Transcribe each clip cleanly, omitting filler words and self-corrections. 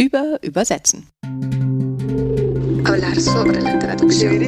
über Übersetzen. Hablar sobre la traducción.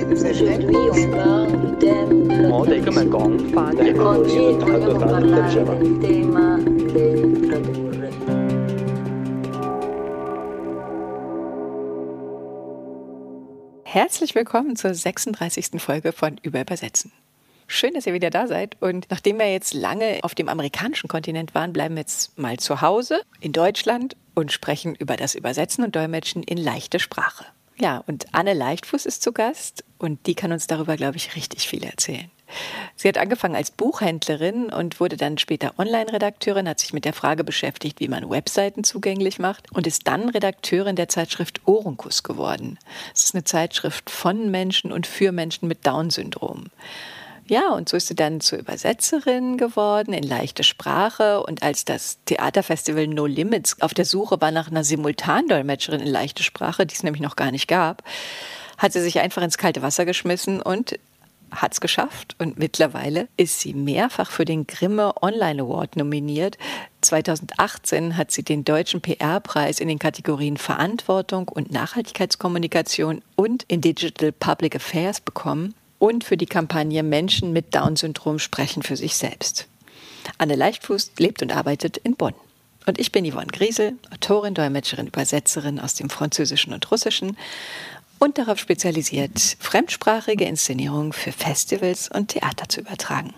Herzlich willkommen zur 36. Folge von Übersetzen. Schön, dass ihr wieder da seid. Und nachdem wir jetzt lange auf dem amerikanischen Kontinent waren, bleiben wir jetzt mal zu Hause in Deutschland und sprechen über das Übersetzen und Dolmetschen in leichte Sprache. Ja, und Anne Leichtfuß ist zu Gast und die kann uns darüber, glaube ich, richtig viel erzählen. Sie hat angefangen als Buchhändlerin und wurde dann später Online-Redakteurin, hat sich mit der Frage beschäftigt, wie man Webseiten zugänglich macht und ist dann Redakteurin der Zeitschrift Orunkus geworden. Es ist eine Zeitschrift von Menschen und für Menschen mit Down-Syndrom. Ja, und so ist sie dann zur Übersetzerin geworden in leichte Sprache. Und als das Theaterfestival No Limits auf der Suche war nach einer Simultandolmetscherin in leichte Sprache, die es nämlich noch gar nicht gab, hat sie sich einfach ins kalte Wasser geschmissen und hat es geschafft. Und mittlerweile ist sie mehrfach für den Grimme Online Award nominiert. 2018 hat sie den Deutschen PR-Preis in den Kategorien Verantwortung und Nachhaltigkeitskommunikation und in Digital Public Affairs bekommen. Und für die Kampagne Menschen mit Down-Syndrom sprechen für sich selbst. Anne Leichtfuß lebt und arbeitet in Bonn. Und ich bin Yvonne Griesel, Autorin, Dolmetscherin, Übersetzerin aus dem Französischen und Russischen und darauf spezialisiert, fremdsprachige Inszenierungen für Festivals und Theater zu übertragen.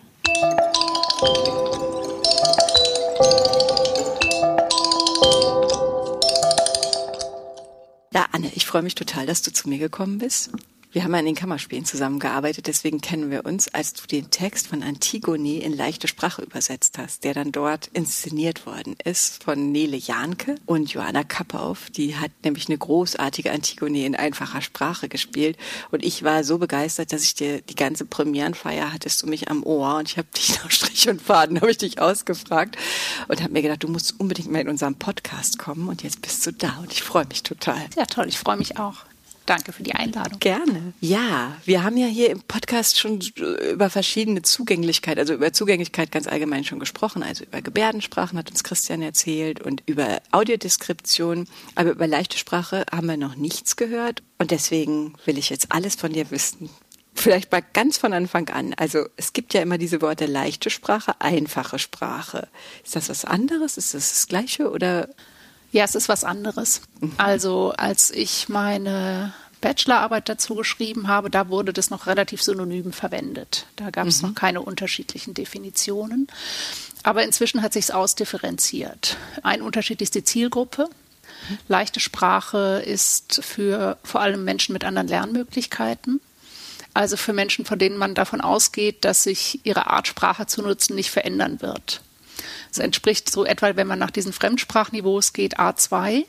Ja, Anne, ich freue mich total, dass du zu mir gekommen bist. Wir haben ja in den Kammerspielen zusammengearbeitet, deswegen kennen wir uns, als du den Text von Antigone in leichte Sprache übersetzt hast, der dann dort inszeniert worden ist von Nele Jahnke und Johanna Kappauf. Die hat nämlich eine großartige Antigone in einfacher Sprache gespielt und ich war so begeistert, dass ich dir die ganze Premierenfeier hattest du mich am Ohr und ich habe dich nach Strich und Faden, habe ich dich ausgefragt und habe mir gedacht, du musst unbedingt mal in unseren Podcast kommen und jetzt bist du da und ich freue mich total. Ja, toll, ich freue mich auch. Danke für die Einladung. Gerne. Ja, wir haben ja hier im Podcast schon über verschiedene Zugänglichkeit, also über Zugänglichkeit ganz allgemein schon gesprochen, also über Gebärdensprachen hat uns Christian erzählt und über Audiodeskription, aber über leichte Sprache haben wir noch nichts gehört und deswegen will ich jetzt alles von dir wissen. Vielleicht mal ganz von Anfang an. Also es gibt ja immer diese Worte leichte Sprache, einfache Sprache. Ist das was anderes? Ist das Gleiche oder? Ja, es ist was anderes. Also als ich meine Bachelorarbeit dazu geschrieben habe, da wurde das noch relativ synonym verwendet. Da gab es noch keine unterschiedlichen Definitionen. Aber inzwischen hat sich es ausdifferenziert. Ein Unterschied ist die Zielgruppe. Leichte Sprache ist für vor allem Menschen mit anderen Lernmöglichkeiten. Also für Menschen, von denen man davon ausgeht, dass sich ihre Art, Sprache zu nutzen, nicht verändern wird. Es entspricht so etwa, wenn man nach diesen Fremdsprachniveaus geht, A2.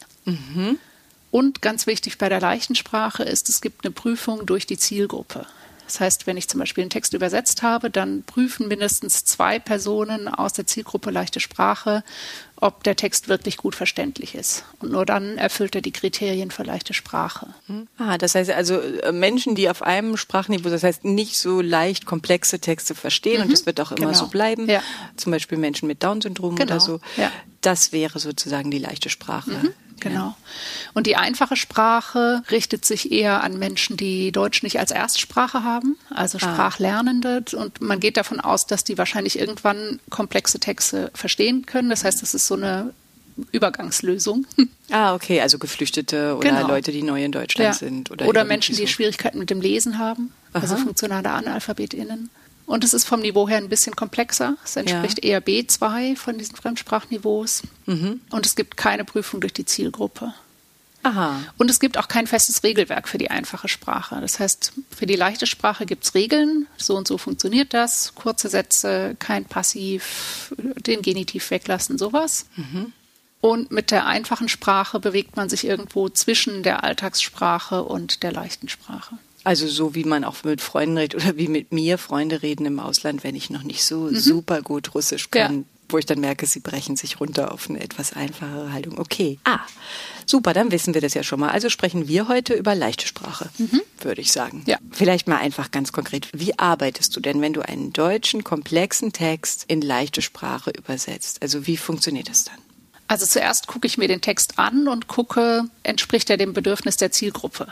Und ganz wichtig bei der leichten Sprache ist, es gibt eine Prüfung durch die Zielgruppe. Das heißt, wenn ich zum Beispiel einen Text übersetzt habe, dann prüfen mindestens 2 Personen aus der Zielgruppe leichte Sprache, ob der Text wirklich gut verständlich ist. Und nur dann erfüllt er die Kriterien für leichte Sprache. Das heißt also Menschen, die auf einem Sprachniveau, das heißt nicht so leicht komplexe Texte verstehen und das wird auch immer so bleiben, ja. Zum Beispiel Menschen mit Down-Syndrom oder so, ja. Das wäre sozusagen die leichte Sprache. Genau. Und die einfache Sprache richtet sich eher an Menschen, die Deutsch nicht als Erstsprache haben, also Sprachlernende. Und man geht davon aus, dass die wahrscheinlich irgendwann komplexe Texte verstehen können. Das heißt, das ist so eine Übergangslösung. Okay, also Geflüchtete oder Leute, die neu in Deutschland sind. Oder Menschen, die Schwierigkeiten mit dem Lesen haben, also funktionale AnalphabetInnen. Und es ist vom Niveau her ein bisschen komplexer. Es entspricht eher B2 von diesen Fremdsprachniveaus. Und es gibt keine Prüfung durch die Zielgruppe. Und es gibt auch kein festes Regelwerk für die einfache Sprache. Das heißt, für die leichte Sprache gibt es Regeln. So und so funktioniert das. Kurze Sätze, kein Passiv, den Genitiv weglassen, sowas. Und mit der einfachen Sprache bewegt man sich irgendwo zwischen der Alltagssprache und der leichten Sprache. Also so wie man auch mit Freunden redet oder wie mit mir Freunde reden im Ausland, wenn ich noch nicht so super gut Russisch kann, wo ich dann merke, sie brechen sich runter auf eine etwas einfachere Haltung. Okay. Super, dann wissen wir das ja schon mal. Also sprechen wir heute über leichte Sprache, würde ich sagen. Ja. Vielleicht mal einfach ganz konkret. Wie arbeitest du denn, wenn du einen deutschen, komplexen Text in leichte Sprache übersetzt? Also wie funktioniert das dann? Also zuerst gucke ich mir den Text an und gucke, entspricht er dem Bedürfnis der Zielgruppe.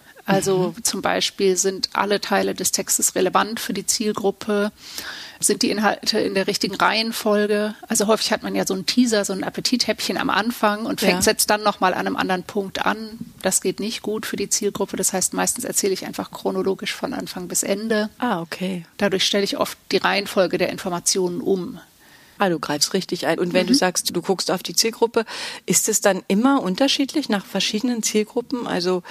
Also zum Beispiel sind alle Teile des Textes relevant für die Zielgruppe, sind die Inhalte in der richtigen Reihenfolge. Also häufig hat man ja so einen Teaser, so ein Appetithäppchen am Anfang und setzt dann nochmal an einem anderen Punkt an. Das geht nicht gut für die Zielgruppe. Das heißt, meistens erzähle ich einfach chronologisch von Anfang bis Ende. Ah, okay. Dadurch stelle ich oft die Reihenfolge der Informationen um. Ah, du greifst richtig ein. Und wenn du sagst, du guckst auf die Zielgruppe, ist es dann immer unterschiedlich nach verschiedenen Zielgruppen? Also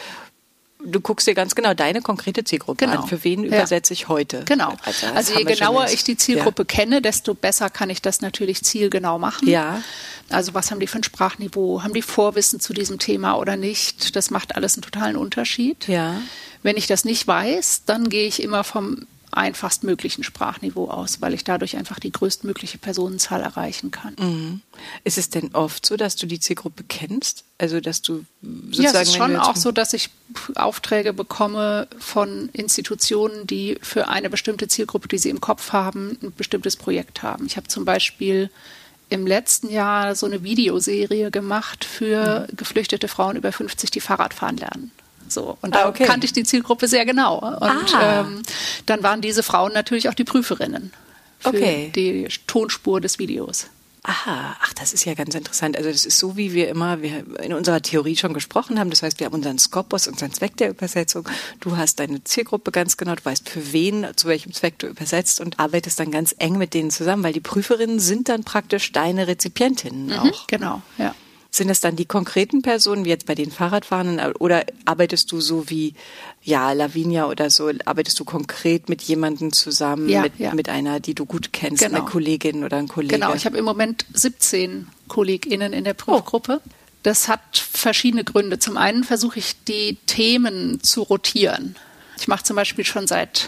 du guckst dir ganz genau deine konkrete Zielgruppe an. Für wen übersetze ich heute? Genau. Also je genauer ich die Zielgruppe kenne, desto besser kann ich das natürlich zielgenau machen. Ja. Also was haben die für ein Sprachniveau? Haben die Vorwissen zu diesem Thema oder nicht? Das macht alles einen totalen Unterschied. Ja. Wenn ich das nicht weiß, dann gehe ich immer vom einfachstmöglichen Sprachniveau aus, weil ich dadurch einfach die größtmögliche Personenzahl erreichen kann. Mhm. Ist es denn oft so, dass du die Zielgruppe kennst? Also dass du sozusagen... Ja, es ist schon auch so, dass ich Aufträge bekomme von Institutionen, die für eine bestimmte Zielgruppe, die sie im Kopf haben, ein bestimmtes Projekt haben. Ich habe zum Beispiel im letzten Jahr so eine Videoserie gemacht für geflüchtete Frauen über 50, die Fahrradfahren lernen. So, und da kannte ich die Zielgruppe sehr genau. Und dann waren diese Frauen natürlich auch die Prüferinnen für die Tonspur des Videos. Aha, ach, das ist ja ganz interessant. Also das ist so, wie wir in unserer Theorie schon gesprochen haben. Das heißt, wir haben unseren Skopos, unseren Zweck der Übersetzung. Du hast deine Zielgruppe ganz genau, du weißt, für wen, zu welchem Zweck du übersetzt und arbeitest dann ganz eng mit denen zusammen, weil die Prüferinnen sind dann praktisch deine Rezipientinnen auch. Genau, ja. Sind das dann die konkreten Personen, wie jetzt bei den Fahrradfahrern, oder arbeitest du so wie Lavinia oder so, arbeitest du konkret mit jemandem zusammen, mit einer, die du gut kennst, eine Kollegin oder ein Kollege? Genau, ich habe im Moment 17 KollegInnen in der Prüfgruppe. Das hat verschiedene Gründe. Zum einen versuche ich, die Themen zu rotieren. Ich mache zum Beispiel schon seit,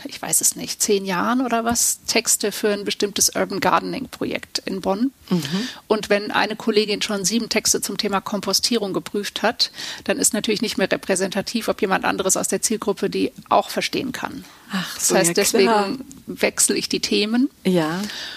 10 Jahren oder was, Texte für ein bestimmtes Urban Gardening Projekt in Bonn. Und wenn eine Kollegin schon 7 Texte zum Thema Kompostierung geprüft hat, dann ist natürlich nicht mehr repräsentativ, ob jemand anderes aus der Zielgruppe die auch verstehen kann. Ach, das heißt, deswegen wechsle ich die Themen. Ja.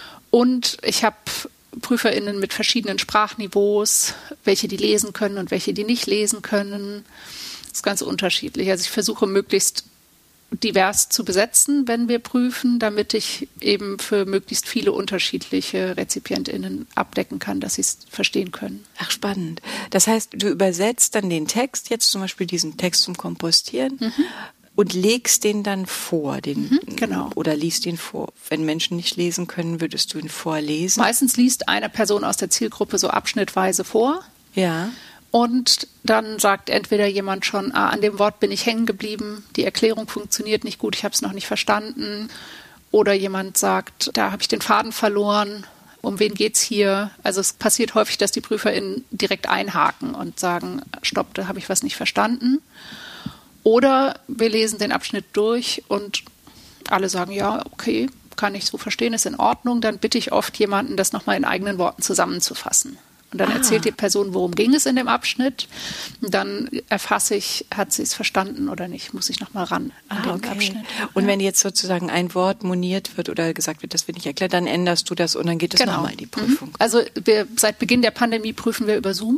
Und ich habe PrüferInnen mit verschiedenen Sprachniveaus, welche die lesen können und welche die nicht lesen können. Das ist ganz unterschiedlich. Also ich versuche möglichst divers zu besetzen, wenn wir prüfen, damit ich eben für möglichst viele unterschiedliche RezipientInnen abdecken kann, dass sie es verstehen können. Ach, spannend. Das heißt, du übersetzt dann den Text, jetzt zum Beispiel diesen Text zum Kompostieren, und legst den dann vor, genau. Oder liest ihn vor. Wenn Menschen nicht lesen können, würdest du ihn vorlesen? Meistens liest eine Person aus der Zielgruppe so abschnittweise vor. Ja. Und dann sagt entweder jemand schon, an dem Wort bin ich hängen geblieben, die Erklärung funktioniert nicht gut, ich habe es noch nicht verstanden. Oder jemand sagt, da habe ich den Faden verloren, um wen geht's hier? Also es passiert häufig, dass die PrüferInnen direkt einhaken und sagen, stopp, da habe ich was nicht verstanden. Oder wir lesen den Abschnitt durch und alle sagen, ja, okay, kann ich so verstehen, ist in Ordnung. Dann bitte ich oft jemanden, das nochmal in eigenen Worten zusammenzufassen. Und dann erzählt die Person, worum ging es in dem Abschnitt. Und dann erfasse ich, hat sie es verstanden oder nicht, muss ich nochmal ran an den Abschnitt. Und wenn jetzt sozusagen ein Wort moniert wird oder gesagt wird, das wird nicht erklärt, dann änderst du das und dann geht es nochmal in die Prüfung. Also seit Beginn der Pandemie prüfen wir über Zoom.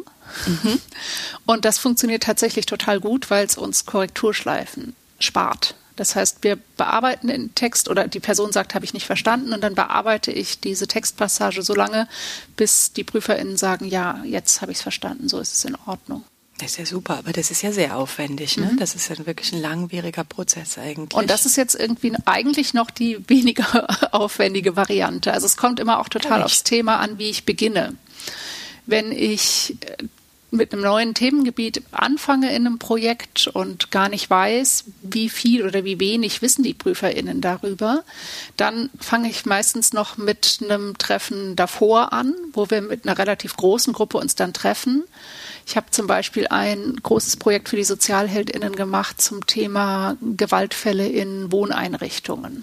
Und das funktioniert tatsächlich total gut, weil es uns Korrekturschleifen spart. Das heißt, wir bearbeiten den Text oder die Person sagt, habe ich nicht verstanden und dann bearbeite ich diese Textpassage so lange, bis die PrüferInnen sagen, ja, jetzt habe ich es verstanden, so ist es in Ordnung. Das ist ja super, aber das ist ja sehr aufwendig, ne? Das ist ja wirklich ein langwieriger Prozess eigentlich. Und das ist jetzt irgendwie eigentlich noch die weniger aufwendige Variante. Also es kommt immer auch total aufs Thema an, wie ich beginne. Wenn ich mit einem neuen Themengebiet anfange in einem Projekt und gar nicht weiß, wie viel oder wie wenig wissen die PrüferInnen darüber, dann fange ich meistens noch mit einem Treffen davor an, wo wir mit einer relativ großen Gruppe uns dann treffen. Ich habe zum Beispiel ein großes Projekt für die SozialheldInnen gemacht zum Thema Gewaltfälle in Wohneinrichtungen.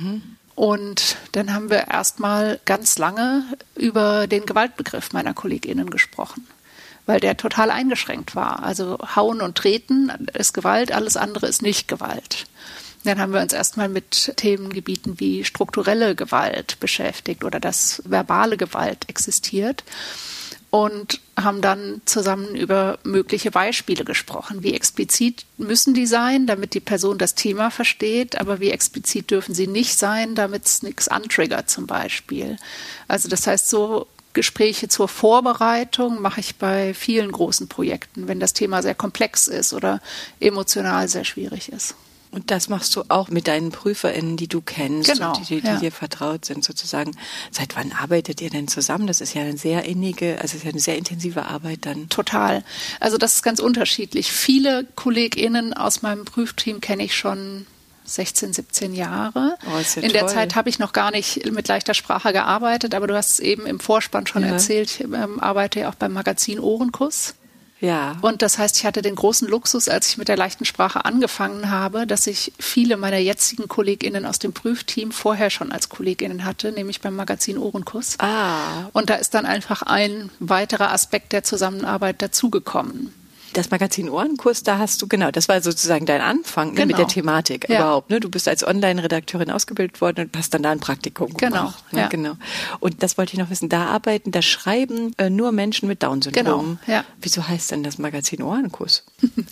Und dann haben wir erstmal ganz lange über den Gewaltbegriff meiner KollegInnen gesprochen, weil der total eingeschränkt war. Also Hauen und Treten ist Gewalt, alles andere ist nicht Gewalt. Dann haben wir uns erstmal mit Themengebieten wie strukturelle Gewalt beschäftigt oder dass verbale Gewalt existiert. und haben dann zusammen über mögliche Beispiele gesprochen. Wie explizit müssen die sein, damit die Person das Thema versteht, aber wie explizit dürfen sie nicht sein, damit es nichts antriggert zum Beispiel. Also das heißt, so Gespräche zur Vorbereitung mache ich bei vielen großen Projekten, wenn das Thema sehr komplex ist oder emotional sehr schwierig ist. Und das machst du auch mit deinen PrüferInnen, die du kennst, genau, und die dir vertraut sind sozusagen. Seit wann arbeitet ihr denn zusammen? Das ist ja eine sehr innige, also es ist ja eine sehr intensive Arbeit dann. Total. Also das ist ganz unterschiedlich. Viele KollegInnen aus meinem Prüfteam kenne ich schon 16, 17 Jahre. Oh, ist ja in toll. der Zeit habe ich noch gar nicht mit leichter Sprache gearbeitet, aber du hast es eben im Vorspann schon erzählt, ich arbeite ja auch beim Magazin Ohrenkuss. Ja. Und das heißt, ich hatte den großen Luxus, als ich mit der leichten Sprache angefangen habe, dass ich viele meiner jetzigen KollegInnen aus dem Prüfteam vorher schon als KollegInnen hatte, nämlich beim Magazin Ohrenkuss. Und da ist dann einfach ein weiterer Aspekt der Zusammenarbeit dazugekommen. Das Magazin Ohrenkurs, da hast du, genau, das war sozusagen dein Anfang mit der Thematik überhaupt. Ne? Du bist als Online-Redakteurin ausgebildet worden und hast dann da ein Praktikum gemacht. Ne? Ja. Genau. Und das wollte ich noch wissen, da schreiben nur Menschen mit Down-Syndrom. Genau, ja. Wieso heißt denn das Magazin Ohrenkurs?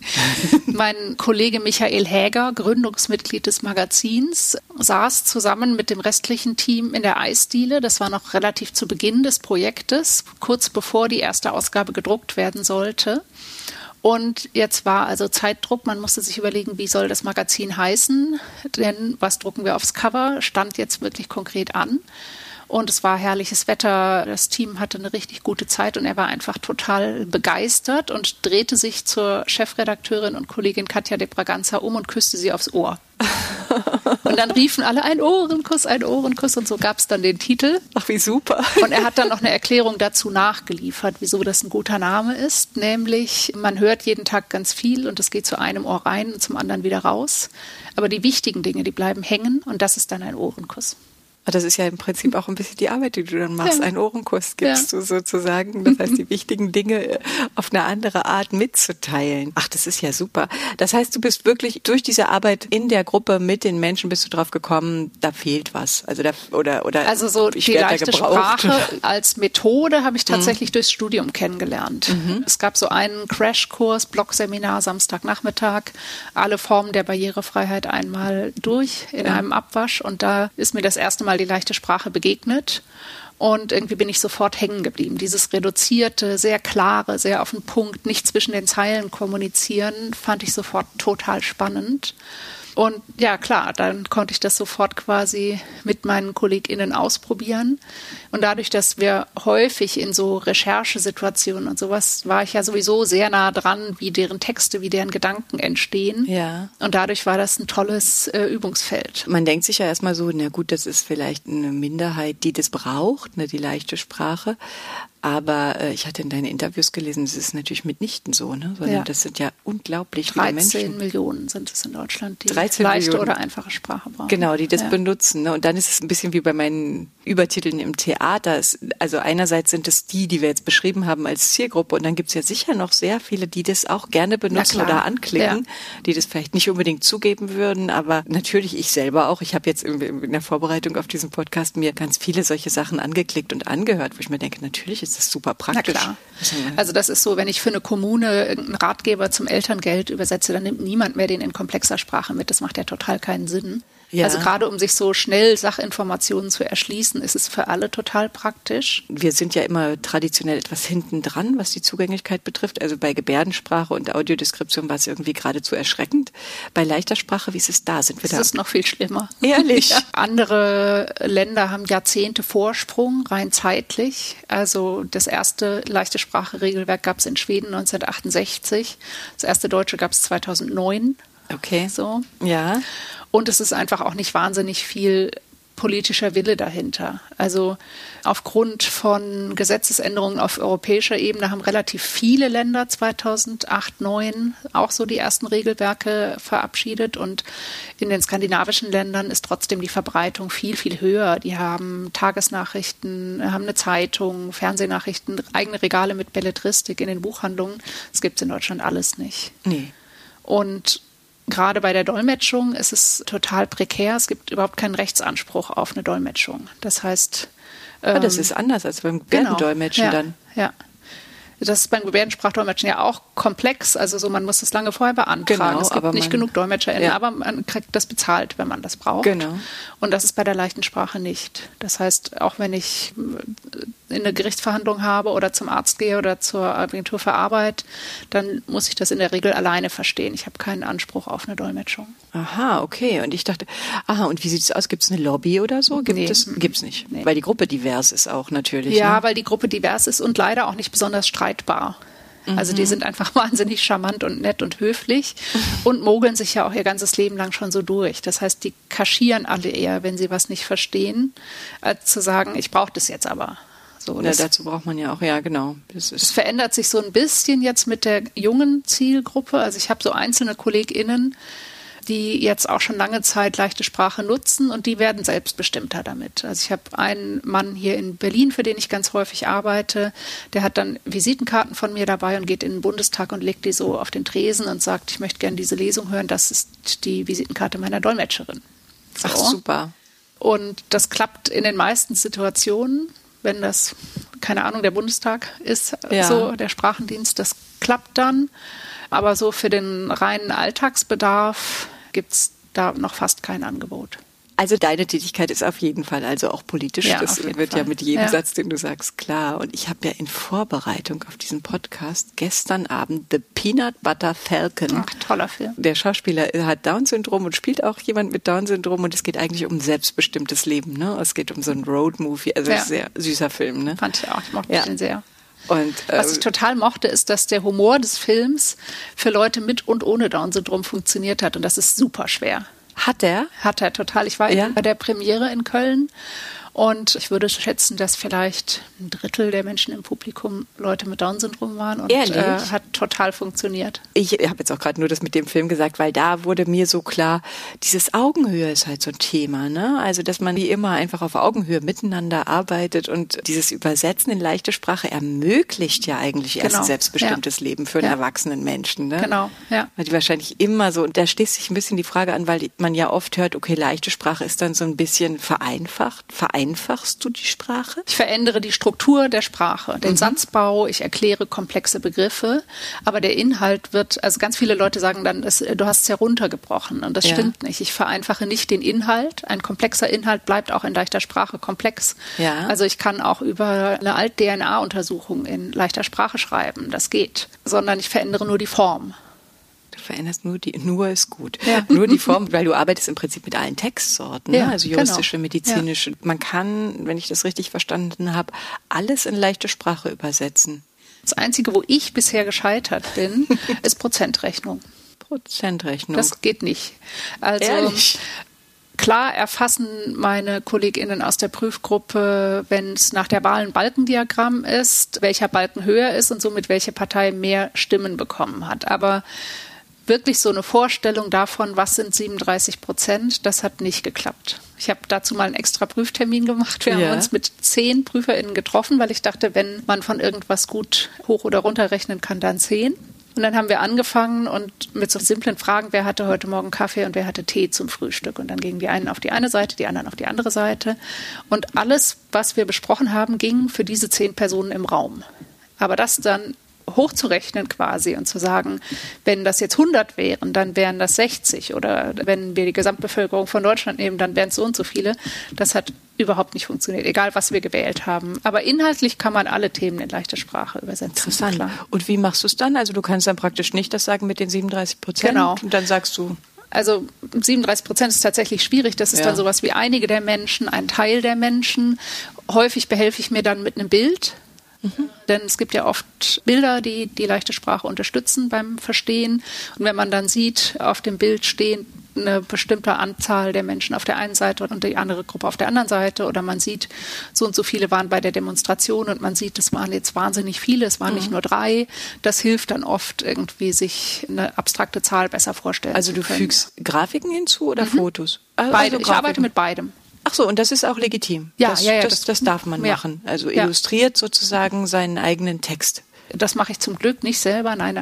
Mein Kollege Michael Häger, Gründungsmitglied des Magazins, saß zusammen mit dem restlichen Team in der Eisdiele. Das war noch relativ zu Beginn des Projektes, kurz bevor die erste Ausgabe gedruckt werden sollte. Und jetzt war also Zeitdruck, man musste sich überlegen, wie soll das Magazin heißen, denn was drucken wir aufs Cover, stand jetzt wirklich konkret an. Und es war herrliches Wetter, das Team hatte eine richtig gute Zeit und er war einfach total begeistert und drehte sich zur Chefredakteurin und Kollegin Katja de Braganza um und küsste sie aufs Ohr. Und dann riefen alle ein Ohrenkuss und so gab es dann den Titel. Ach, wie super. Und er hat dann noch eine Erklärung dazu nachgeliefert, wieso das ein guter Name ist. Nämlich, man hört jeden Tag ganz viel und es geht zu einem Ohr rein und zum anderen wieder raus. Aber die wichtigen Dinge, die bleiben hängen und das ist dann ein Ohrenkuss. Das ist ja im Prinzip auch ein bisschen die Arbeit, die du dann machst. Ja. Einen Ohrenkuss gibst du sozusagen. Das heißt, die wichtigen Dinge auf eine andere Art mitzuteilen. Ach, das ist ja super. Das heißt, du bist wirklich durch diese Arbeit in der Gruppe mit den Menschen bist du drauf gekommen, da fehlt was. Also also so die leichte Sprache als Methode habe ich tatsächlich durchs Studium kennengelernt. Es gab so einen Crashkurs, Blogseminar, Samstagnachmittag, alle Formen der Barrierefreiheit einmal durch in einem Abwasch und da ist mir das erste Mal die leichte Sprache begegnet und irgendwie bin ich sofort hängen geblieben. Dieses reduzierte, sehr klare, sehr auf den Punkt, nicht zwischen den Zeilen kommunizieren, fand ich sofort total spannend. Und ja, klar, dann konnte ich das sofort quasi mit meinen KollegInnen ausprobieren. Und dadurch, dass wir häufig in so Recherchesituationen und sowas, war ich ja sowieso sehr nah dran, wie deren Texte, wie deren Gedanken entstehen. Ja. Und dadurch war das ein tolles Übungsfeld. Man denkt sich ja erstmal so, na gut, das ist vielleicht eine Minderheit, die das braucht, ne, die leichte Sprache. Aber ich hatte in deinen Interviews gelesen, es ist natürlich mitnichten so, ne? Sondern das sind ja unglaublich viele Menschen. 13 Millionen sind es in Deutschland, die 13 leichte Millionen. oder einfache Sprache brauchen. Genau, die das benutzen. Ne? Und dann ist es ein bisschen wie bei meinen Übertiteln im Theater. Also einerseits sind es die wir jetzt beschrieben haben als Zielgruppe. Und dann gibt es ja sicher noch sehr viele, die das auch gerne benutzen oder anklicken, die das vielleicht nicht unbedingt zugeben würden. Aber natürlich ich selber auch. Ich habe jetzt in der Vorbereitung auf diesen Podcast mir ganz viele solche Sachen angeklickt und angehört, wo ich mir denke, natürlich ist das super praktisch. Na klar. Also das ist so, wenn ich für eine Kommune irgendeinen Ratgeber zum Elterngeld übersetze, dann nimmt niemand mehr den in komplexer Sprache mit. Das macht ja total keinen Sinn. Ja. Also gerade um sich so schnell Sachinformationen zu erschließen, ist es für alle total praktisch. Wir sind ja immer traditionell etwas hinten dran, was die Zugänglichkeit betrifft. Also bei Gebärdensprache und Audiodeskription war es irgendwie geradezu erschreckend. Bei leichter Sprache, wie ist es da? Sind wir das ist noch viel schlimmer. Ehrlich? Ja. Andere Länder haben Jahrzehnte Vorsprung, rein zeitlich. Also das erste leichte Sprache-Regelwerk gab es in Schweden 1968. Das erste deutsche gab es 2009. Okay. So. Ja. Und es ist einfach auch nicht wahnsinnig viel politischer Wille dahinter. Also aufgrund von Gesetzesänderungen auf europäischer Ebene haben relativ viele Länder 2008, 2009 auch so die ersten Regelwerke verabschiedet. Und in den skandinavischen Ländern ist trotzdem die Verbreitung viel, viel höher. Die haben Tagesnachrichten, haben eine Zeitung, Fernsehnachrichten, eigene Regale mit Belletristik in den Buchhandlungen. Das gibt es in Deutschland alles nicht. Nee. Und gerade bei der Dolmetschung ist es total prekär. Es gibt überhaupt keinen Rechtsanspruch auf eine Dolmetschung. Das heißt... das ist anders als beim Gebärdendolmetschen dann. Ja. Das ist beim Gebärdensprachdolmetschen ja auch komplex. Also so, man muss das lange vorher beantragen. Genau, es gibt nicht genug DolmetscherInnen, aber man kriegt das bezahlt, wenn man das braucht. Genau. Und das ist bei der leichten Sprache nicht. Das heißt, auch wenn ich in eine Gerichtsverhandlung habe oder zum Arzt gehe oder zur Agentur für Arbeit, dann muss ich das in der Regel alleine verstehen. Ich habe keinen Anspruch auf eine Dolmetschung. Aha, okay. Und ich dachte, und wie sieht es aus? Gibt es eine Lobby oder so? Gibt's nicht. Nee. Weil die Gruppe divers ist auch natürlich. Ja, ne? Weil die Gruppe divers ist und leider auch nicht besonders streitbar. Also die sind einfach wahnsinnig charmant und nett und höflich und mogeln sich ja auch ihr ganzes Leben lang schon so durch. Das heißt, die kaschieren alle eher, wenn sie was nicht verstehen, als zu sagen, ich brauche das jetzt aber. So, dazu braucht man ja auch, ja genau. Das verändert sich so ein bisschen jetzt mit der jungen Zielgruppe. Also ich habe so einzelne KollegInnen, die jetzt auch schon lange Zeit leichte Sprache nutzen und die werden selbstbestimmter damit. Also ich habe einen Mann hier in Berlin, für den ich ganz häufig arbeite, der hat dann Visitenkarten von mir dabei und geht in den Bundestag und legt die so auf den Tresen und sagt, ich möchte gerne diese Lesung hören, das ist die Visitenkarte meiner Dolmetscherin. So. Ach, super. Und das klappt in den meisten Situationen, wenn das, keine Ahnung, der Bundestag ist, so der Sprachendienst, das klappt dann. Aber so für den reinen Alltagsbedarf gibt es da noch fast kein Angebot. Also deine Tätigkeit ist auf jeden Fall also auch politisch. Ja, das wird ja mit jedem Satz, den du sagst, klar. Und ich habe ja in Vorbereitung auf diesen Podcast gestern Abend The Peanut Butter Falcon. Ach, toller Film. Der Schauspieler hat Down-Syndrom und spielt auch jemand mit Down-Syndrom und es geht eigentlich um ein selbstbestimmtes Leben. Ne? Es geht um so einen Road-Movie, also ein sehr süßer Film. Ne? Fand ich auch, ich mochte den sehr. Und, was ich total mochte, ist, dass der Humor des Films für Leute mit und ohne Down-Syndrom funktioniert hat und das ist super schwer. Hat er? Hat er total. Ich war bei der Premiere in Köln und ich würde schätzen, dass vielleicht 1/3 der Menschen im Publikum Leute mit Down-Syndrom waren und hat total funktioniert. Ich habe jetzt auch gerade nur das mit dem Film gesagt, weil da wurde mir so klar, dieses Augenhöhe ist halt so ein Thema, ne? Also, dass man wie immer einfach auf Augenhöhe miteinander arbeitet und dieses Übersetzen in leichte Sprache ermöglicht ja eigentlich erst ein selbstbestimmtes Leben für einen erwachsenen Menschen, ne? Genau, ja. Weil die wahrscheinlich immer so, und da schließt sich ein bisschen die Frage an, weil man ja oft hört, okay, leichte Sprache ist dann so ein bisschen vereinfacht. Vereinfachst du die Sprache? Ich verändere die Struktur der Sprache, den Satzbau, ich erkläre komplexe Begriffe, aber der Inhalt wird, also ganz viele Leute sagen dann, du hast es ja runtergebrochen und das stimmt nicht. Ich vereinfache nicht den Inhalt. Ein komplexer Inhalt bleibt auch in leichter Sprache komplex. Ja. Also ich kann auch über eine Alt-DNA-Untersuchung in leichter Sprache schreiben, das geht, sondern ich verändere nur die Form. Du veränderst nur ist gut. Ja. Nur die Form, weil du arbeitest im Prinzip mit allen Textsorten, ne? Also juristische, medizinische. Man kann, wenn ich das richtig verstanden habe, alles in leichte Sprache übersetzen. Das Einzige, wo ich bisher gescheitert bin, ist Prozentrechnung. Prozentrechnung. Das geht nicht. Also ehrlich? Klar erfassen meine KollegInnen aus der Prüfgruppe, wenn es nach der Wahl ein Balkendiagramm ist, welcher Balken höher ist und somit welche Partei mehr Stimmen bekommen hat. Aber wirklich so eine Vorstellung davon, was sind 37%, das hat nicht geklappt. Ich habe dazu mal einen extra Prüftermin gemacht. Wir haben uns mit 10 PrüferInnen getroffen, weil ich dachte, wenn man von irgendwas gut hoch oder runter rechnen kann, dann 10. Und dann haben wir angefangen und mit so simplen Fragen, wer hatte heute Morgen Kaffee und wer hatte Tee zum Frühstück. Und dann gingen die einen auf die eine Seite, die anderen auf die andere Seite. Und alles, was wir besprochen haben, ging für diese 10 Personen im Raum. Aber das dann hochzurechnen quasi und zu sagen, wenn das jetzt 100 wären, dann wären das 60 oder wenn wir die Gesamtbevölkerung von Deutschland nehmen, dann wären es so und so viele. Das hat überhaupt nicht funktioniert, egal was wir gewählt haben. Aber inhaltlich kann man alle Themen in leichter Sprache übersetzen. Interessant. Klar. Und wie machst du es dann? Also du kannst dann praktisch nicht das sagen mit den 37%? Genau. Und dann sagst du... Also 37% ist tatsächlich schwierig. Das ist dann sowas wie einige der Menschen, ein Teil der Menschen. Häufig behelfe ich mir dann mit einem Bild. Denn es gibt ja oft Bilder, die leichte Sprache unterstützen beim Verstehen. Und wenn man dann sieht, auf dem Bild stehen eine bestimmte Anzahl der Menschen auf der einen Seite und die andere Gruppe auf der anderen Seite oder man sieht, so und so viele waren bei der Demonstration und man sieht, es waren jetzt wahnsinnig viele, es waren nicht nur 3. Das hilft dann oft irgendwie, sich eine abstrakte Zahl besser vorstellen zu können. Also du fügst Grafiken hinzu oder Fotos? Beide. Ich arbeite mit beidem. Ach so, und das ist auch legitim. Das darf man machen. Also illustriert sozusagen seinen eigenen Text. Das mache ich zum Glück nicht selber, nein.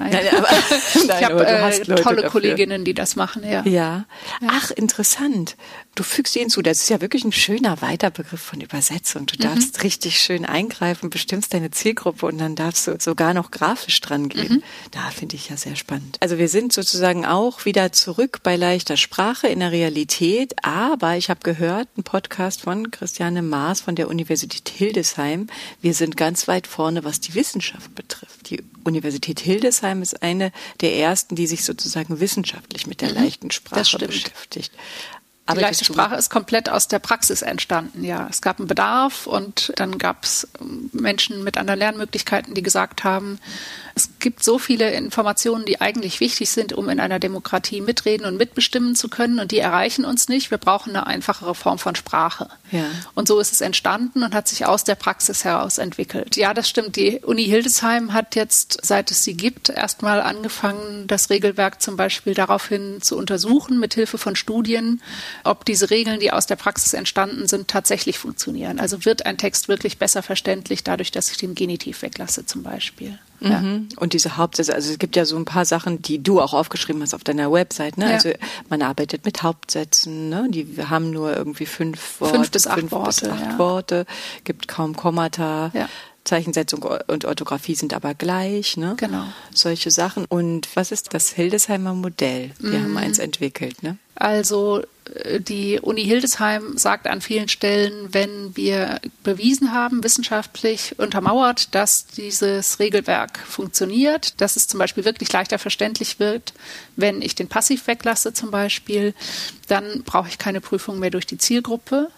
Ich habe tolle Kolleginnen, die das machen, Ja. Ach, interessant. Du fügst ihnen zu. Das ist ja wirklich ein schöner Weiterbegriff von Übersetzung. Du darfst richtig schön eingreifen, bestimmst deine Zielgruppe und dann darfst du sogar noch grafisch dran gehen. Da finde ich ja sehr spannend. Also wir sind sozusagen auch wieder zurück bei leichter Sprache in der Realität, aber ich habe gehört, einen Podcast von Christiane Maas von der Universität Hildesheim. Wir sind ganz weit vorne, was die Wissenschaft betrifft. Die Universität Hildesheim ist eine der ersten, die sich sozusagen wissenschaftlich mit der leichten Sprache beschäftigt. Die leichte Sprache ist komplett aus der Praxis entstanden, ja. Es gab einen Bedarf und dann gab es Menschen mit anderen Lernmöglichkeiten, die gesagt haben, es gibt so viele Informationen, die eigentlich wichtig sind, um in einer Demokratie mitreden und mitbestimmen zu können und die erreichen uns nicht. Wir brauchen eine einfachere Form von Sprache. Ja. Und so ist es entstanden und hat sich aus der Praxis heraus entwickelt. Ja, das stimmt. Die Uni Hildesheim hat jetzt, seit es sie gibt, erstmal angefangen, das Regelwerk zum Beispiel daraufhin zu untersuchen, mit Hilfe von Studien, ob diese Regeln, die aus der Praxis entstanden sind, tatsächlich funktionieren. Also wird ein Text wirklich besser verständlich, dadurch, dass ich den Genitiv weglasse zum Beispiel. Ja. Und diese Hauptsätze, also es gibt ja so ein paar Sachen, die du auch aufgeschrieben hast auf deiner Website, ne? Ja. Also man arbeitet mit Hauptsätzen, ne? Die haben nur irgendwie 5 bis 8 Worte, gibt kaum Kommata. Ja. Zeichensetzung und Orthographie sind aber gleich, ne? Genau. Solche Sachen. Und was ist das Hildesheimer Modell? Wir haben eins entwickelt, ne? Also die Uni Hildesheim sagt an vielen Stellen, wenn wir bewiesen haben, wissenschaftlich untermauert, dass dieses Regelwerk funktioniert, dass es zum Beispiel wirklich leichter verständlich wird, wenn ich den Passiv weglasse zum Beispiel, dann brauche ich keine Prüfung mehr durch die Zielgruppe.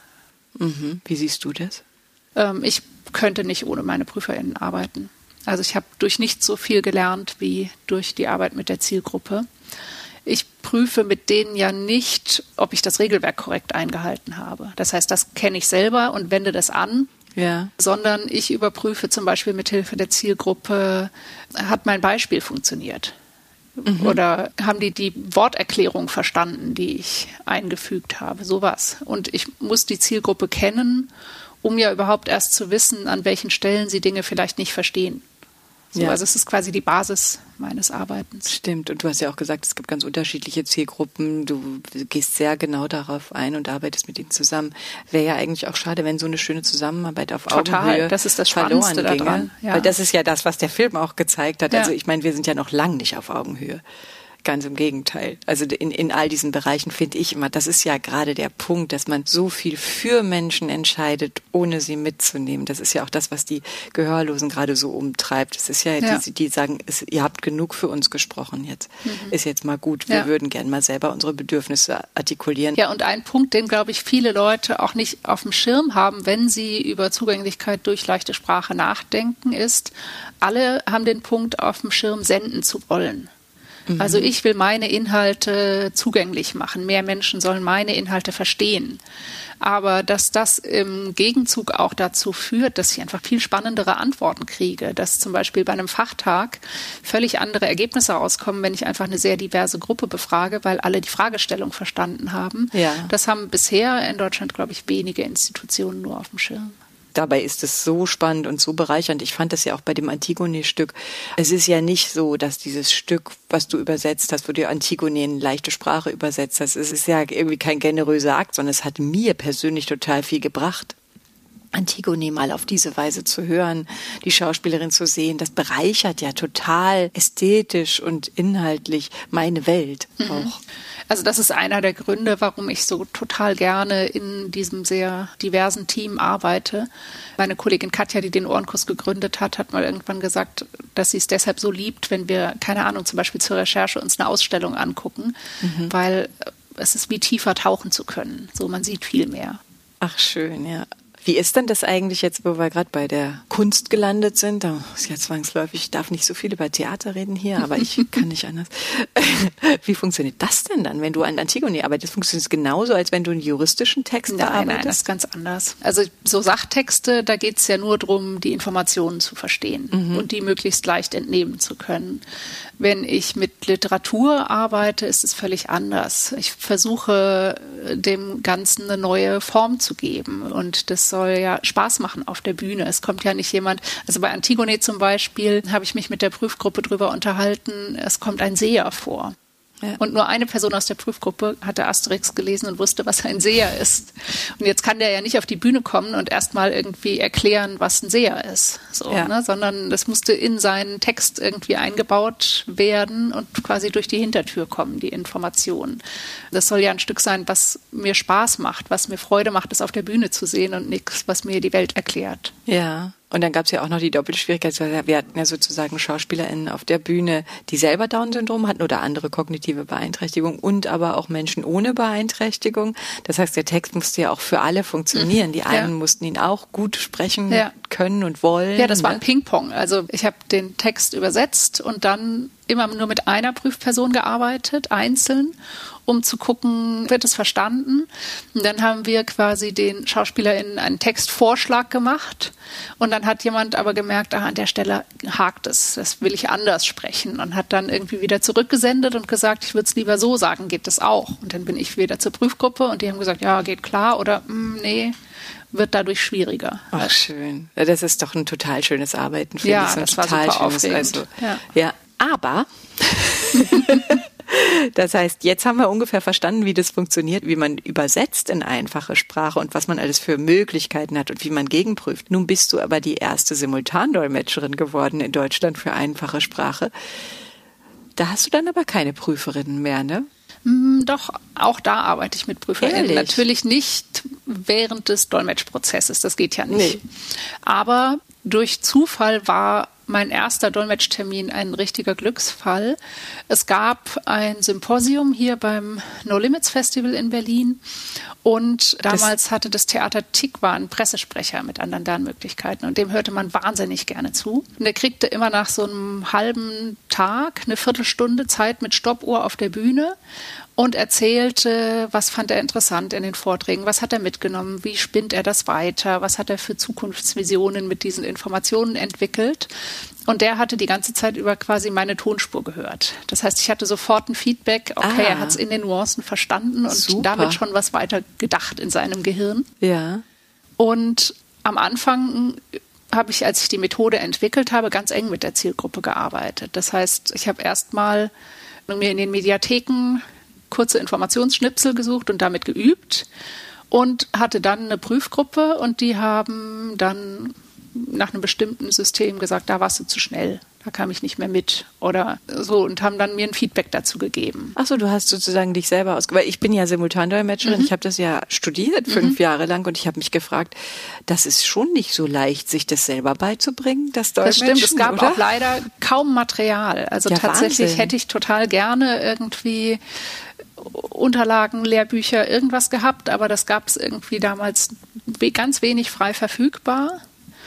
Wie siehst du das? Ich könnte nicht ohne meine PrüferInnen arbeiten. Also ich habe durch nichts so viel gelernt wie durch die Arbeit mit der Zielgruppe. Ich prüfe mit denen ja nicht, ob ich das Regelwerk korrekt eingehalten habe. Das heißt, das kenne ich selber und wende das an, sondern ich überprüfe zum Beispiel mit Hilfe der Zielgruppe, hat mein Beispiel funktioniert? Oder haben die Worterklärung verstanden, die ich eingefügt habe? Sowas. Und ich muss die Zielgruppe kennen, um ja überhaupt erst zu wissen, an welchen Stellen sie Dinge vielleicht nicht verstehen. So, also es ist quasi die Basis meines Arbeitens. Stimmt. Und du hast ja auch gesagt, es gibt ganz unterschiedliche Zielgruppen. Du gehst sehr genau darauf ein und arbeitest mit ihnen zusammen. Wäre ja eigentlich auch schade, wenn so eine schöne Zusammenarbeit auf Augenhöhe das ist das Spannendste daran. Ja. Weil das ist ja das, was der Film auch gezeigt hat. Ja. Also ich meine, wir sind ja noch lang nicht auf Augenhöhe. Ganz im Gegenteil. Also in all diesen Bereichen finde ich immer, das ist ja gerade der Punkt, dass man so viel für Menschen entscheidet, ohne sie mitzunehmen. Das ist ja auch das, was die Gehörlosen gerade so umtreibt. Es ist ja, die sagen, ihr habt genug für uns gesprochen jetzt. Ist jetzt mal gut. Wir würden gern mal selber unsere Bedürfnisse artikulieren. Ja, und ein Punkt, den, glaube ich, viele Leute auch nicht auf dem Schirm haben, wenn sie über Zugänglichkeit durch leichte Sprache nachdenken, ist, alle haben den Punkt auf dem Schirm, senden zu wollen. Also ich will meine Inhalte zugänglich machen. Mehr Menschen sollen meine Inhalte verstehen. Aber dass das im Gegenzug auch dazu führt, dass ich einfach viel spannendere Antworten kriege, dass zum Beispiel bei einem Fachtag völlig andere Ergebnisse rauskommen, wenn ich einfach eine sehr diverse Gruppe befrage, weil alle die Fragestellung verstanden haben. Ja. Das haben bisher in Deutschland, glaube ich, wenige Institutionen nur auf dem Schirm. Dabei ist es so spannend und so bereichernd. Ich fand das ja auch bei dem Antigone-Stück. Es ist ja nicht so, dass dieses Stück, was du übersetzt hast, wo du Antigone in leichte Sprache übersetzt hast, es ist ja irgendwie kein generöser Akt, sondern es hat mir persönlich total viel gebracht. Antigone mal auf diese Weise zu hören, die Schauspielerin zu sehen, das bereichert ja total ästhetisch und inhaltlich meine Welt auch. Also das ist einer der Gründe, warum ich so total gerne in diesem sehr diversen Team arbeite. Meine Kollegin Katja, die den Ohrenkuss gegründet hat, hat mal irgendwann gesagt, dass sie es deshalb so liebt, wenn wir, keine Ahnung, zum Beispiel zur Recherche uns eine Ausstellung angucken, weil es ist wie tiefer tauchen zu können. So, man sieht viel mehr. Ach, schön, ja. Wie ist denn das eigentlich jetzt, wo wir gerade bei der Kunst gelandet sind? Da ist ja zwangsläufig, ich darf nicht so viel über Theater reden hier, aber ich kann nicht anders. Wie funktioniert das denn dann, wenn du an Antigone arbeitest? Funktioniert es genauso, als wenn du einen juristischen Text bearbeitest? Nein, das ist ganz anders. Also so Sachtexte, da geht es ja nur darum, die Informationen zu verstehen und die möglichst leicht entnehmen zu können. Wenn ich mit Literatur arbeite, ist es völlig anders. Ich versuche, dem Ganzen eine neue Form zu geben und das soll ja Spaß machen auf der Bühne. Es kommt ja nicht jemand, also bei Antigone zum Beispiel habe ich mich mit der Prüfgruppe drüber unterhalten, es kommt ein Seher vor. Ja. Und nur eine Person aus der Prüfgruppe hatte Asterix gelesen und wusste, was ein Seher ist. Und jetzt kann der ja nicht auf die Bühne kommen und erstmal irgendwie erklären, was ein Seher ist. So, ne? Sondern das musste in seinen Text irgendwie eingebaut werden und quasi durch die Hintertür kommen, die Informationen. Das soll ja ein Stück sein, was mir Spaß macht, was mir Freude macht, es auf der Bühne zu sehen und nichts, was mir die Welt erklärt. Ja. Und dann gab es ja auch noch die Doppelschwierigkeit, weil wir hatten ja sozusagen SchauspielerInnen auf der Bühne, die selber Down-Syndrom hatten oder andere kognitive Beeinträchtigung und aber auch Menschen ohne Beeinträchtigung. Das heißt, der Text musste ja auch für alle funktionieren. Die einen mussten ihn auch gut sprechen können und wollen. Ja, das war ein Ping-Pong. Also ich habe den Text übersetzt und dann immer nur mit einer Prüfperson gearbeitet, einzeln, um zu gucken, wird es verstanden. Und dann haben wir quasi den SchauspielerInnen einen Textvorschlag gemacht und dann hat jemand aber gemerkt, an der Stelle hakt es, das will ich anders sprechen und hat dann irgendwie wieder zurückgesendet und gesagt, ich würde es lieber so sagen, geht das auch? Und dann bin ich wieder zur Prüfgruppe und die haben gesagt, ja, geht klar oder nee, wird dadurch schwieriger. Ach, schön. Das ist doch ein total schönes Arbeiten. Ja, das war super aufregend. Ja, aber das heißt, jetzt haben wir ungefähr verstanden, wie das funktioniert, wie man übersetzt in einfache Sprache und was man alles für Möglichkeiten hat und wie man gegenprüft. Nun bist du aber die erste Simultandolmetscherin geworden in Deutschland für einfache Sprache. Da hast du dann aber keine Prüferinnen mehr, ne? Doch, auch da arbeite ich mit PrüferInnen. Ehrlich? Natürlich nicht während des Dolmetschprozesses, das geht ja nicht. Nee. Aber durch Zufall war mein erster Dolmetschtermin ein richtiger Glücksfall. Es gab ein Symposium hier beim No Limits Festival in Berlin und damals hatte das Theater Tikva einen Pressesprecher mit anderen Lernmöglichkeiten und dem hörte man wahnsinnig gerne zu. Und der kriegte immer nach so einem halben Tag eine Viertelstunde Zeit mit Stoppuhr auf der Bühne und erzählte, was fand er interessant in den Vorträgen, was hat er mitgenommen, wie spinnt er das weiter, was hat er für Zukunftsvisionen mit diesen Informationen entwickelt. Und der hatte die ganze Zeit über quasi meine Tonspur gehört. Das heißt, ich hatte sofort ein Feedback, okay, er hat es in den Nuancen verstanden und damit schon was weiter gedacht in seinem Gehirn. Ja. Und am Anfang habe ich, als ich die Methode entwickelt habe, ganz eng mit der Zielgruppe gearbeitet. Das heißt, ich habe erstmal mir in den Mediatheken kurze Informationsschnipsel gesucht und damit geübt und hatte dann eine Prüfgruppe und die haben dann nach einem bestimmten System gesagt, da warst du zu schnell, da kam ich nicht mehr mit oder so und haben dann mir ein Feedback dazu gegeben. Ach so, du hast sozusagen dich selber weil ich bin ja Simultandolmetscherin, ich habe das ja studiert 5 Jahre lang und ich habe mich gefragt, das ist schon nicht so leicht, sich das selber beizubringen, das Dolmetschen, das stimmt, es gab auch leider kaum Material. Also ja, tatsächlich Wahnsinn. Hätte ich total gerne irgendwie Unterlagen, Lehrbücher, irgendwas gehabt, aber das gab es irgendwie damals ganz wenig frei verfügbar.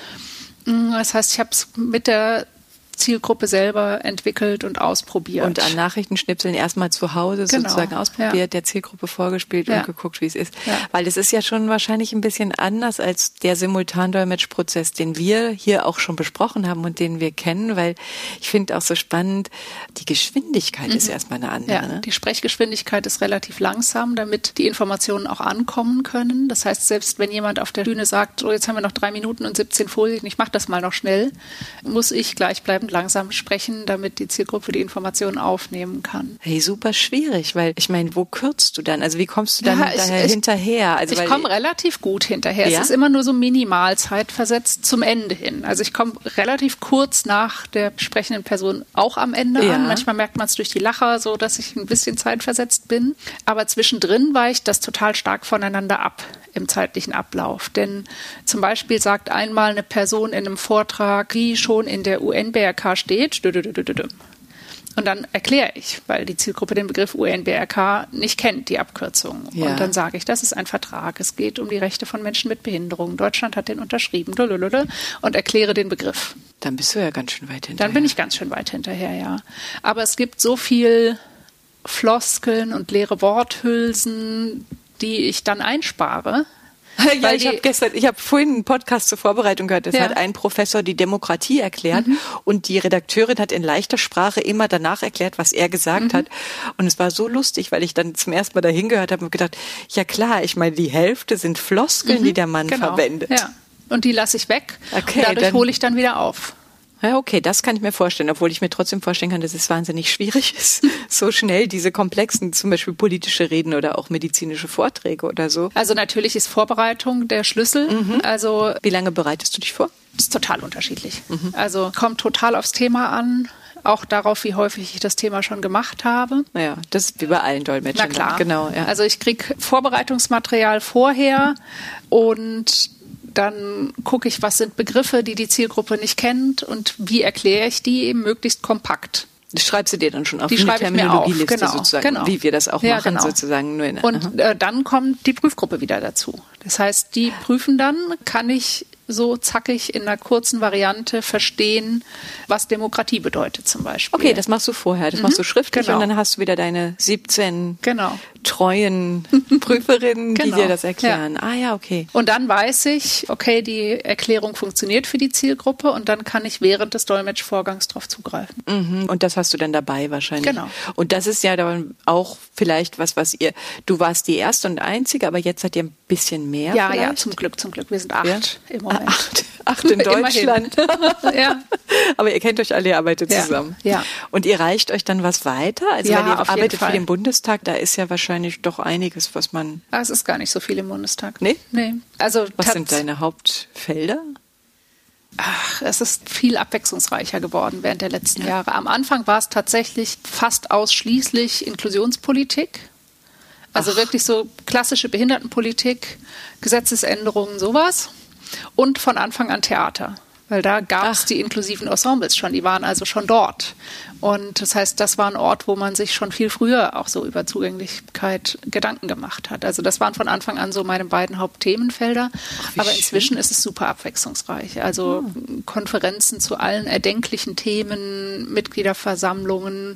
Das heißt, ich habe es mit der Zielgruppe selber entwickelt und ausprobiert. Und an Nachrichtenschnipseln erstmal zu Hause sozusagen ausprobiert, der Zielgruppe vorgespielt und geguckt, wie es ist. Ja. Weil es ist ja schon wahrscheinlich ein bisschen anders als der Simultandolmetschprozess, den wir hier auch schon besprochen haben und den wir kennen, weil ich finde auch so spannend, die Geschwindigkeit ist erstmal eine andere. Ja, ne? Die Sprechgeschwindigkeit ist relativ langsam, damit die Informationen auch ankommen können. Das heißt, selbst wenn jemand auf der Bühne sagt, so jetzt haben wir noch 3 Minuten und 17 Folien, ich mache das mal noch schnell, muss ich gleich bleiben langsam sprechen, damit die Zielgruppe die Informationen aufnehmen kann. Hey, super schwierig, weil ich meine, wo kürzt du dann? Also wie kommst du dann hinterher? Also, ich komme relativ gut hinterher. Ja? Es ist immer nur so minimal zeitversetzt zum Ende hin. Also ich komme relativ kurz nach der sprechenden Person auch am Ende an. Manchmal merkt man es durch die Lacher, so dass ich ein bisschen zeitversetzt bin. Aber zwischendrin weicht das total stark voneinander ab im zeitlichen Ablauf. Denn zum Beispiel sagt einmal eine Person in einem Vortrag, wie schon in der UNBRK steht, und dann erkläre ich, weil die Zielgruppe den Begriff UNBRK nicht kennt, die Abkürzung. Ja. Und dann sage ich, das ist ein Vertrag, es geht um die Rechte von Menschen mit Behinderung. Deutschland hat den unterschrieben, und erkläre den Begriff. Dann bist du ja ganz schön weit hinterher. Dann bin ich ganz schön weit hinterher, ja. Aber es gibt so viel Floskeln und leere Worthülsen, die ich dann einspare, Ja, ich habe vorhin einen Podcast zur Vorbereitung gehört. Das hat ein Professor die Demokratie erklärt und die Redakteurin hat in leichter Sprache immer danach erklärt, was er gesagt hat. Und es war so lustig, weil ich dann zum ersten Mal dahin gehört habe und gedacht, ja klar, ich meine, die Hälfte sind Floskeln, die der Mann verwendet. Ja. Und die lasse ich weg und dadurch hole ich dann wieder auf. Ja, okay, das kann ich mir vorstellen, obwohl ich mir trotzdem vorstellen kann, dass es wahnsinnig schwierig ist, so schnell diese komplexen, zum Beispiel politische Reden oder auch medizinische Vorträge oder so. Also natürlich ist Vorbereitung der Schlüssel. Also wie lange bereitest du dich vor? Das ist total unterschiedlich. Also kommt total aufs Thema an. Auch darauf, wie häufig ich das Thema schon gemacht habe. Ja, das ist wie bei allen Dolmetschern. Na klar. Genau, ja. Also ich kriege Vorbereitungsmaterial vorher und dann gucke ich, was sind Begriffe, die Zielgruppe nicht kennt und wie erkläre ich die eben möglichst kompakt. Das schreibst du dir dann schon auf die eine Terminologieliste genau, sozusagen, genau. Wie wir das auch machen sozusagen. Nur und dann kommt die Prüfgruppe wieder dazu. Das heißt, die prüfen dann, kann ich so zackig in einer kurzen Variante verstehen, was Demokratie bedeutet zum Beispiel. Okay, das machst du vorher, das machst du schriftlich und dann hast du wieder deine 17 treuen Prüferinnen, die dir das erklären. Ah ja, okay. Und dann weiß ich, okay, die Erklärung funktioniert für die Zielgruppe und dann kann ich während des Dolmetschvorgangs darauf zugreifen. Und das hast du dann dabei wahrscheinlich. Genau. Und das ist ja dann auch vielleicht was du warst die erste und einzige, aber jetzt seid ihr ein bisschen mehr Ja, vielleicht? Ja, zum Glück. Wir sind 8 im Moment. 8 in Deutschland. Ja. Aber ihr kennt euch alle, ihr arbeitet zusammen. Ja. Und ihr reicht euch dann was weiter? Also ja, weil ihr arbeitet für den Bundestag, da ist ja wahrscheinlich doch einiges, was man... Es ist gar nicht so viel im Bundestag. Nee? Nee. Also was sind deine Hauptfelder? Es ist viel abwechslungsreicher geworden während der letzten Jahre. Am Anfang war es tatsächlich fast ausschließlich Inklusionspolitik. Also wirklich so klassische Behindertenpolitik, Gesetzesänderungen, sowas. Und von Anfang an Theater. Weil da gab es die inklusiven Ensembles schon, die waren also schon dort. Und das heißt, das war ein Ort, wo man sich schon viel früher auch so über Zugänglichkeit Gedanken gemacht hat. Also das waren von Anfang an so meine beiden Hauptthemenfelder. Aber inzwischen ist es super abwechslungsreich. Also Konferenzen zu allen erdenklichen Themen, Mitgliederversammlungen,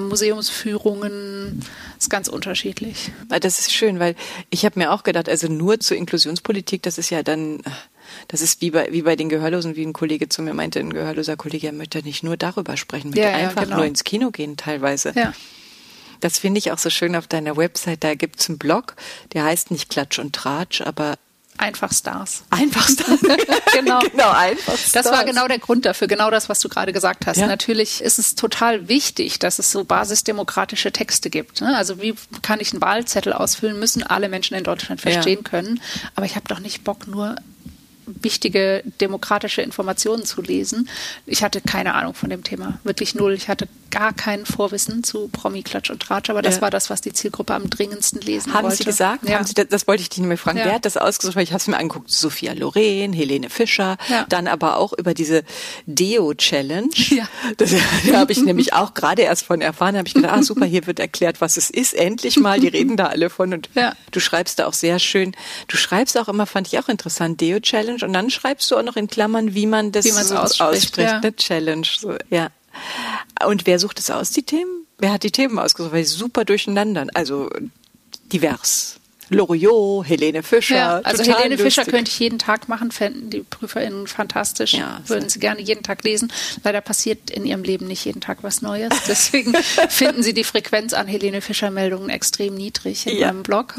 Museumsführungen, ist ganz unterschiedlich. Das ist schön, weil ich habe mir auch gedacht, also nur zur Inklusionspolitik, das ist ja dann... Das ist wie bei den Gehörlosen, wie ein Kollege zu mir meinte, ein gehörloser Kollege, er möchte nicht nur darüber sprechen, möchte einfach nur ins Kino gehen teilweise. Ja. Das finde ich auch so schön auf deiner Website, da gibt es einen Blog, der heißt nicht Klatsch und Tratsch, aber Einfach Stars. Einfach Stars. Genau, Einfach Stars. Das war genau der Grund dafür, genau das, was du gerade gesagt hast. Ja. Natürlich ist es total wichtig, dass es so basisdemokratische Texte gibt. Ne? Also wie kann ich einen Wahlzettel ausfüllen, müssen alle Menschen in Deutschland verstehen können. Aber ich habe doch nicht Bock, nur wichtige demokratische Informationen zu lesen. Ich hatte keine Ahnung von dem Thema, wirklich null. Ich hatte gar kein Vorwissen zu Promi, Klatsch und Tratsch, aber das war das, was die Zielgruppe am dringendsten lesen wollte. Haben Sie gesagt? Ja. Das wollte ich dich nicht mehr fragen. Wer hat das ausgesucht? Weil ich habe es mir angeguckt. Sophia Loren, Helene Fischer, dann aber auch über diese Deo-Challenge. Ja. Da habe ich nämlich auch gerade erst von erfahren, habe ich gedacht, super, hier wird erklärt, was es ist. Endlich mal, die reden da alle von und du schreibst da auch sehr schön. Du schreibst auch immer, fand ich auch interessant, Deo-Challenge und dann schreibst du auch noch in Klammern, wie man das ausspricht. Eine Challenge. So, ja. Und wer sucht es aus, die Themen? Wer hat die Themen ausgesucht? Weil sie super durcheinander, also divers. Loriot, Helene Fischer. Ja, also total Helene Fischer lustig. könnte ich jeden Tag machen, fänden die PrüferInnen fantastisch, würden sie gerne jeden Tag lesen. Leider passiert in ihrem Leben nicht jeden Tag was Neues. Deswegen finden sie die Frequenz an Helene Fischer-Meldungen extrem niedrig in meinem Blog.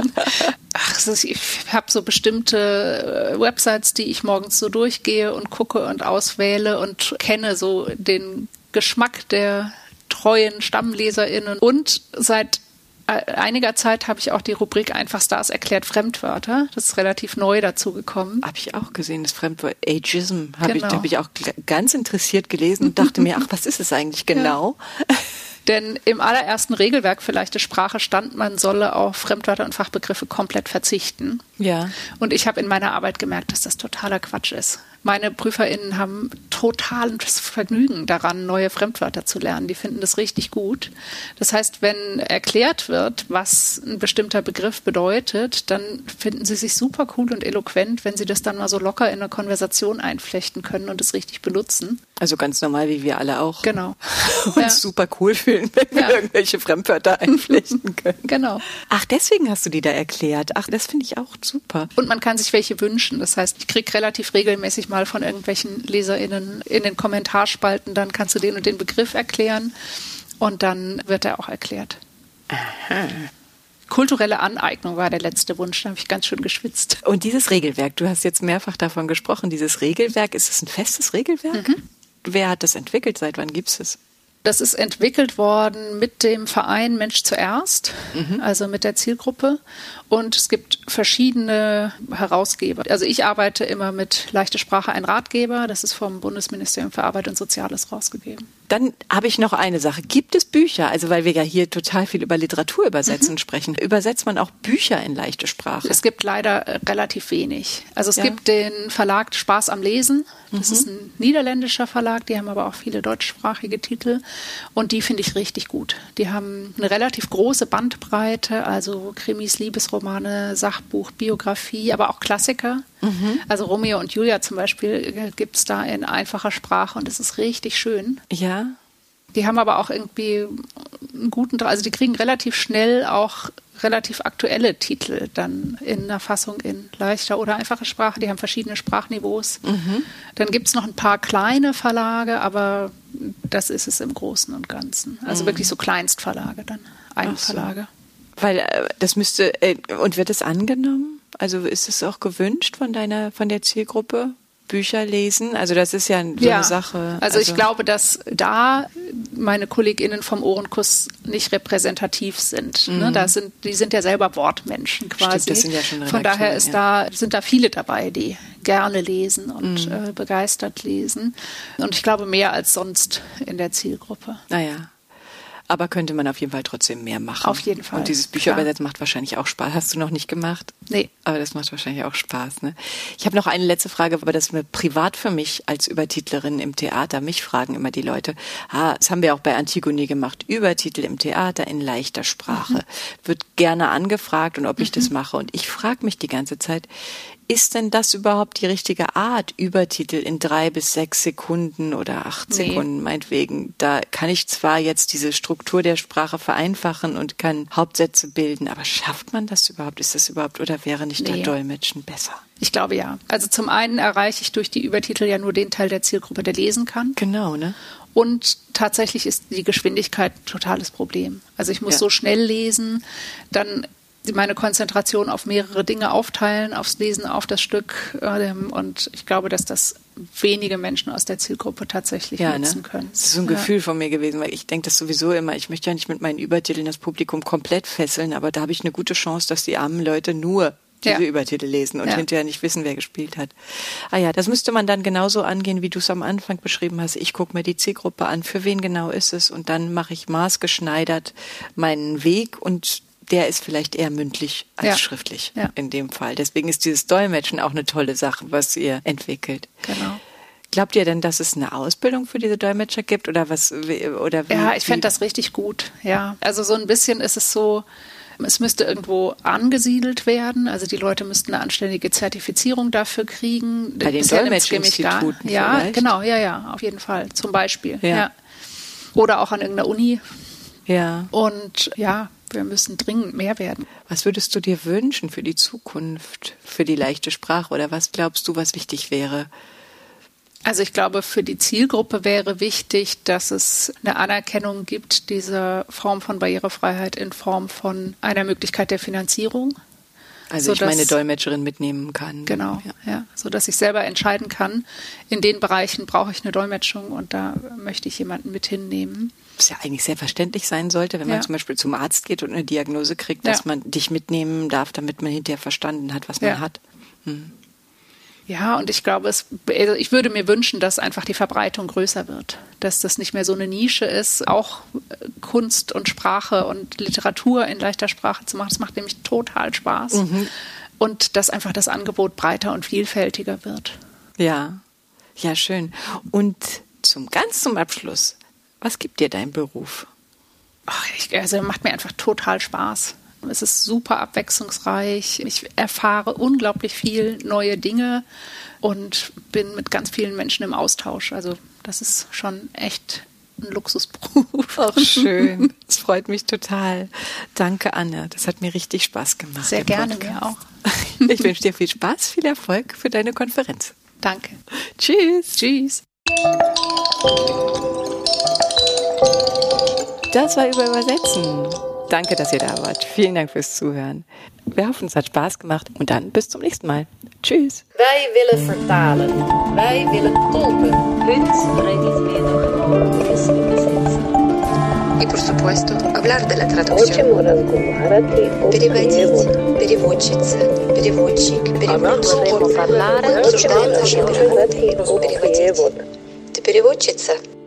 Ich habe so bestimmte Websites, die ich morgens so durchgehe und gucke und auswähle und kenne so den Geschmack der treuen StammleserInnen. Und seit einiger Zeit habe ich auch die Rubrik Einfach Stars erklärt Fremdwörter. Das ist relativ neu dazu gekommen. Habe ich auch gesehen, das Fremdwort Ageism. Hab ich auch ganz interessiert gelesen und dachte mir, was ist es eigentlich genau? Ja. Denn im allerersten Regelwerk für leichte Sprache stand, man solle auf Fremdwörter und Fachbegriffe komplett verzichten. Ja. Und ich habe in meiner Arbeit gemerkt, dass das totaler Quatsch ist. Meine PrüferInnen haben totales Vergnügen daran, neue Fremdwörter zu lernen. Die finden das richtig gut. Das heißt, wenn erklärt wird, was ein bestimmter Begriff bedeutet, dann finden sie sich super cool und eloquent, wenn sie das dann mal so locker in eine Konversation einflechten können und es richtig benutzen. Also ganz normal, wie wir alle auch. Genau. Uns super cool fühlen, wenn wir irgendwelche Fremdwörter einflechten können. Genau. Ach, deswegen hast du die da erklärt. Ach, das finde ich auch super. Und man kann sich welche wünschen. Das heißt, ich kriege relativ regelmäßig mal von irgendwelchen LeserInnen in den Kommentarspalten, dann kannst du den und den Begriff erklären und dann wird er auch erklärt. Aha. Kulturelle Aneignung war der letzte Wunsch, da habe ich ganz schön geschwitzt. Und dieses Regelwerk, du hast jetzt mehrfach davon gesprochen, dieses Regelwerk, ist es ein festes Regelwerk? Mhm. Wer hat das entwickelt? Seit wann gibt es es? Das ist entwickelt worden mit dem Verein Mensch zuerst, also mit der Zielgruppe. Und es gibt verschiedene Herausgeber. Also ich arbeite immer mit Leichte Sprache, ein Ratgeber. Das ist vom Bundesministerium für Arbeit und Soziales rausgegeben. Dann habe ich noch eine Sache. Gibt es Bücher, also weil wir ja hier total viel über Literaturübersetzen sprechen, übersetzt man auch Bücher in leichte Sprache? Es gibt leider relativ wenig. Also es gibt den Verlag Spaß am Lesen. Das ist ein niederländischer Verlag, die haben aber auch viele deutschsprachige Titel und die finde ich richtig gut. Die haben eine relativ große Bandbreite, also Krimis, Liebesromane, Sachbuch, Biografie, aber auch Klassiker. Also Romeo und Julia zum Beispiel gibt es da in einfacher Sprache und es ist richtig schön. Ja. Die haben aber auch irgendwie einen guten, also die kriegen relativ schnell auch relativ aktuelle Titel dann in einer Fassung in leichter oder einfacher Sprache. Die haben verschiedene Sprachniveaus. Dann gibt es noch ein paar kleine Verlage, aber das ist es im Großen und Ganzen. Also wirklich so Kleinstverlage dann, Eigenverlage. So. Weil das müsste, und wird es angenommen? Also ist es auch gewünscht von der Zielgruppe? Bücher lesen? Also das ist ja eine Sache. Also ich glaube, dass da meine KollegInnen vom Ohrenkuss nicht repräsentativ sind. Ne? Die sind ja selber Wortmenschen quasi. Stimmt, das sind ja schon Von daher sind da viele dabei, die gerne lesen und begeistert lesen. Und ich glaube, mehr als sonst in der Zielgruppe. Naja. Aber könnte man auf jeden Fall trotzdem mehr machen. Auf jeden Fall. Und dieses Bücherübersetzen macht wahrscheinlich auch Spaß. Hast du noch nicht gemacht? Nee. Aber das macht wahrscheinlich auch Spaß, ne? Ich habe noch eine letzte Frage, aber das ist mir privat für mich als Übertitlerin im Theater. Mich fragen immer die Leute, das haben wir auch bei Antigone gemacht, Übertitel im Theater in leichter Sprache. Wird gerne angefragt und ob ich das mache. Und ich frage mich die ganze Zeit, ist denn das überhaupt die richtige Art, Übertitel in 3 bis 6 Sekunden oder 8 Sekunden meinetwegen? Da kann ich zwar jetzt diese Struktur der Sprache vereinfachen und kann Hauptsätze bilden, aber schafft man das überhaupt? Ist das überhaupt oder wäre nicht da Dolmetschen besser? Ich glaube ja. Also zum einen erreiche ich durch die Übertitel ja nur den Teil der Zielgruppe, der lesen kann. Genau, ne? Und tatsächlich ist die Geschwindigkeit ein totales Problem. Also ich muss so schnell lesen, dann meine Konzentration auf mehrere Dinge aufteilen, aufs Lesen, auf das Stück. Und ich glaube, dass das wenige Menschen aus der Zielgruppe tatsächlich nutzen können. Das ist so ein Gefühl von mir gewesen, weil ich denke das sowieso immer, ich möchte ja nicht mit meinen Übertiteln das Publikum komplett fesseln, aber da habe ich eine gute Chance, dass die armen Leute nur diese Übertitel lesen und hinterher nicht wissen, wer gespielt hat. Das müsste man dann genauso angehen, wie du es am Anfang beschrieben hast. Ich gucke mir die Zielgruppe an, für wen genau ist es und dann mache ich maßgeschneidert meinen Weg und der ist vielleicht eher mündlich als schriftlich in dem Fall. Deswegen ist dieses Dolmetschen auch eine tolle Sache, was ihr entwickelt. Genau. Glaubt ihr denn, dass es eine Ausbildung für diese Dolmetscher gibt oder was? Oder wie, ich fände das richtig gut. Ja, also so ein bisschen ist es so, es müsste irgendwo angesiedelt werden. Also die Leute müssten eine anständige Zertifizierung dafür kriegen. Bei den Dolmetschinstituten vielleicht? Genau, auf jeden Fall. Zum Beispiel. Ja. Oder auch an irgendeiner Uni. Ja. Und wir müssen dringend mehr werden. Was würdest du dir wünschen für die Zukunft, für die leichte Sprache? Oder was glaubst du, was wichtig wäre? Also ich glaube, für die Zielgruppe wäre wichtig, dass es eine Anerkennung gibt, dieser Form von Barrierefreiheit in Form von einer Möglichkeit der Finanzierung. Also ich meine Dolmetscherin mitnehmen kann. Genau, sodass ich selber entscheiden kann, in den Bereichen brauche ich eine Dolmetschung und da möchte ich jemanden mit hinnehmen. Was ja eigentlich selbstverständlich sein sollte, wenn man zum Beispiel zum Arzt geht und eine Diagnose kriegt, dass man dich mitnehmen darf, damit man hinterher verstanden hat, was man hat. Ja, und ich glaube, ich würde mir wünschen, dass einfach die Verbreitung größer wird, dass das nicht mehr so eine Nische ist, auch Kunst und Sprache und Literatur in leichter Sprache zu machen. Das macht nämlich total Spaß. Und dass einfach das Angebot breiter und vielfältiger wird. Ja. Ja, schön. Und ganz zum Abschluss, was gibt dir dein Beruf? Macht mir einfach total Spaß. Es ist super abwechslungsreich. Ich erfahre unglaublich viel neue Dinge und bin mit ganz vielen Menschen im Austausch. Also das ist schon echt ein Luxusberuf. Ach, schön. Das freut mich total. Danke, Anne. Das hat mir richtig Spaß gemacht. Sehr gerne, mir auch. Ich wünsche dir viel Spaß, viel Erfolg für deine Konferenz. Danke. Tschüss. Tschüss. Das war Übersetzen. Danke, dass ihr da wart. Vielen Dank fürs Zuhören. Wir hoffen, es hat Spaß gemacht und dann bis zum nächsten Mal. Tschüss. Wij willen vertalen. Wij willen tolken. Heute reden wir noch über das Übersetzen. И, por supuesto, hablar de la traducción. Переводить, переводчица, переводчик, переводчик. Обсуждаем наши переводы. Переводить. Ты переводчица?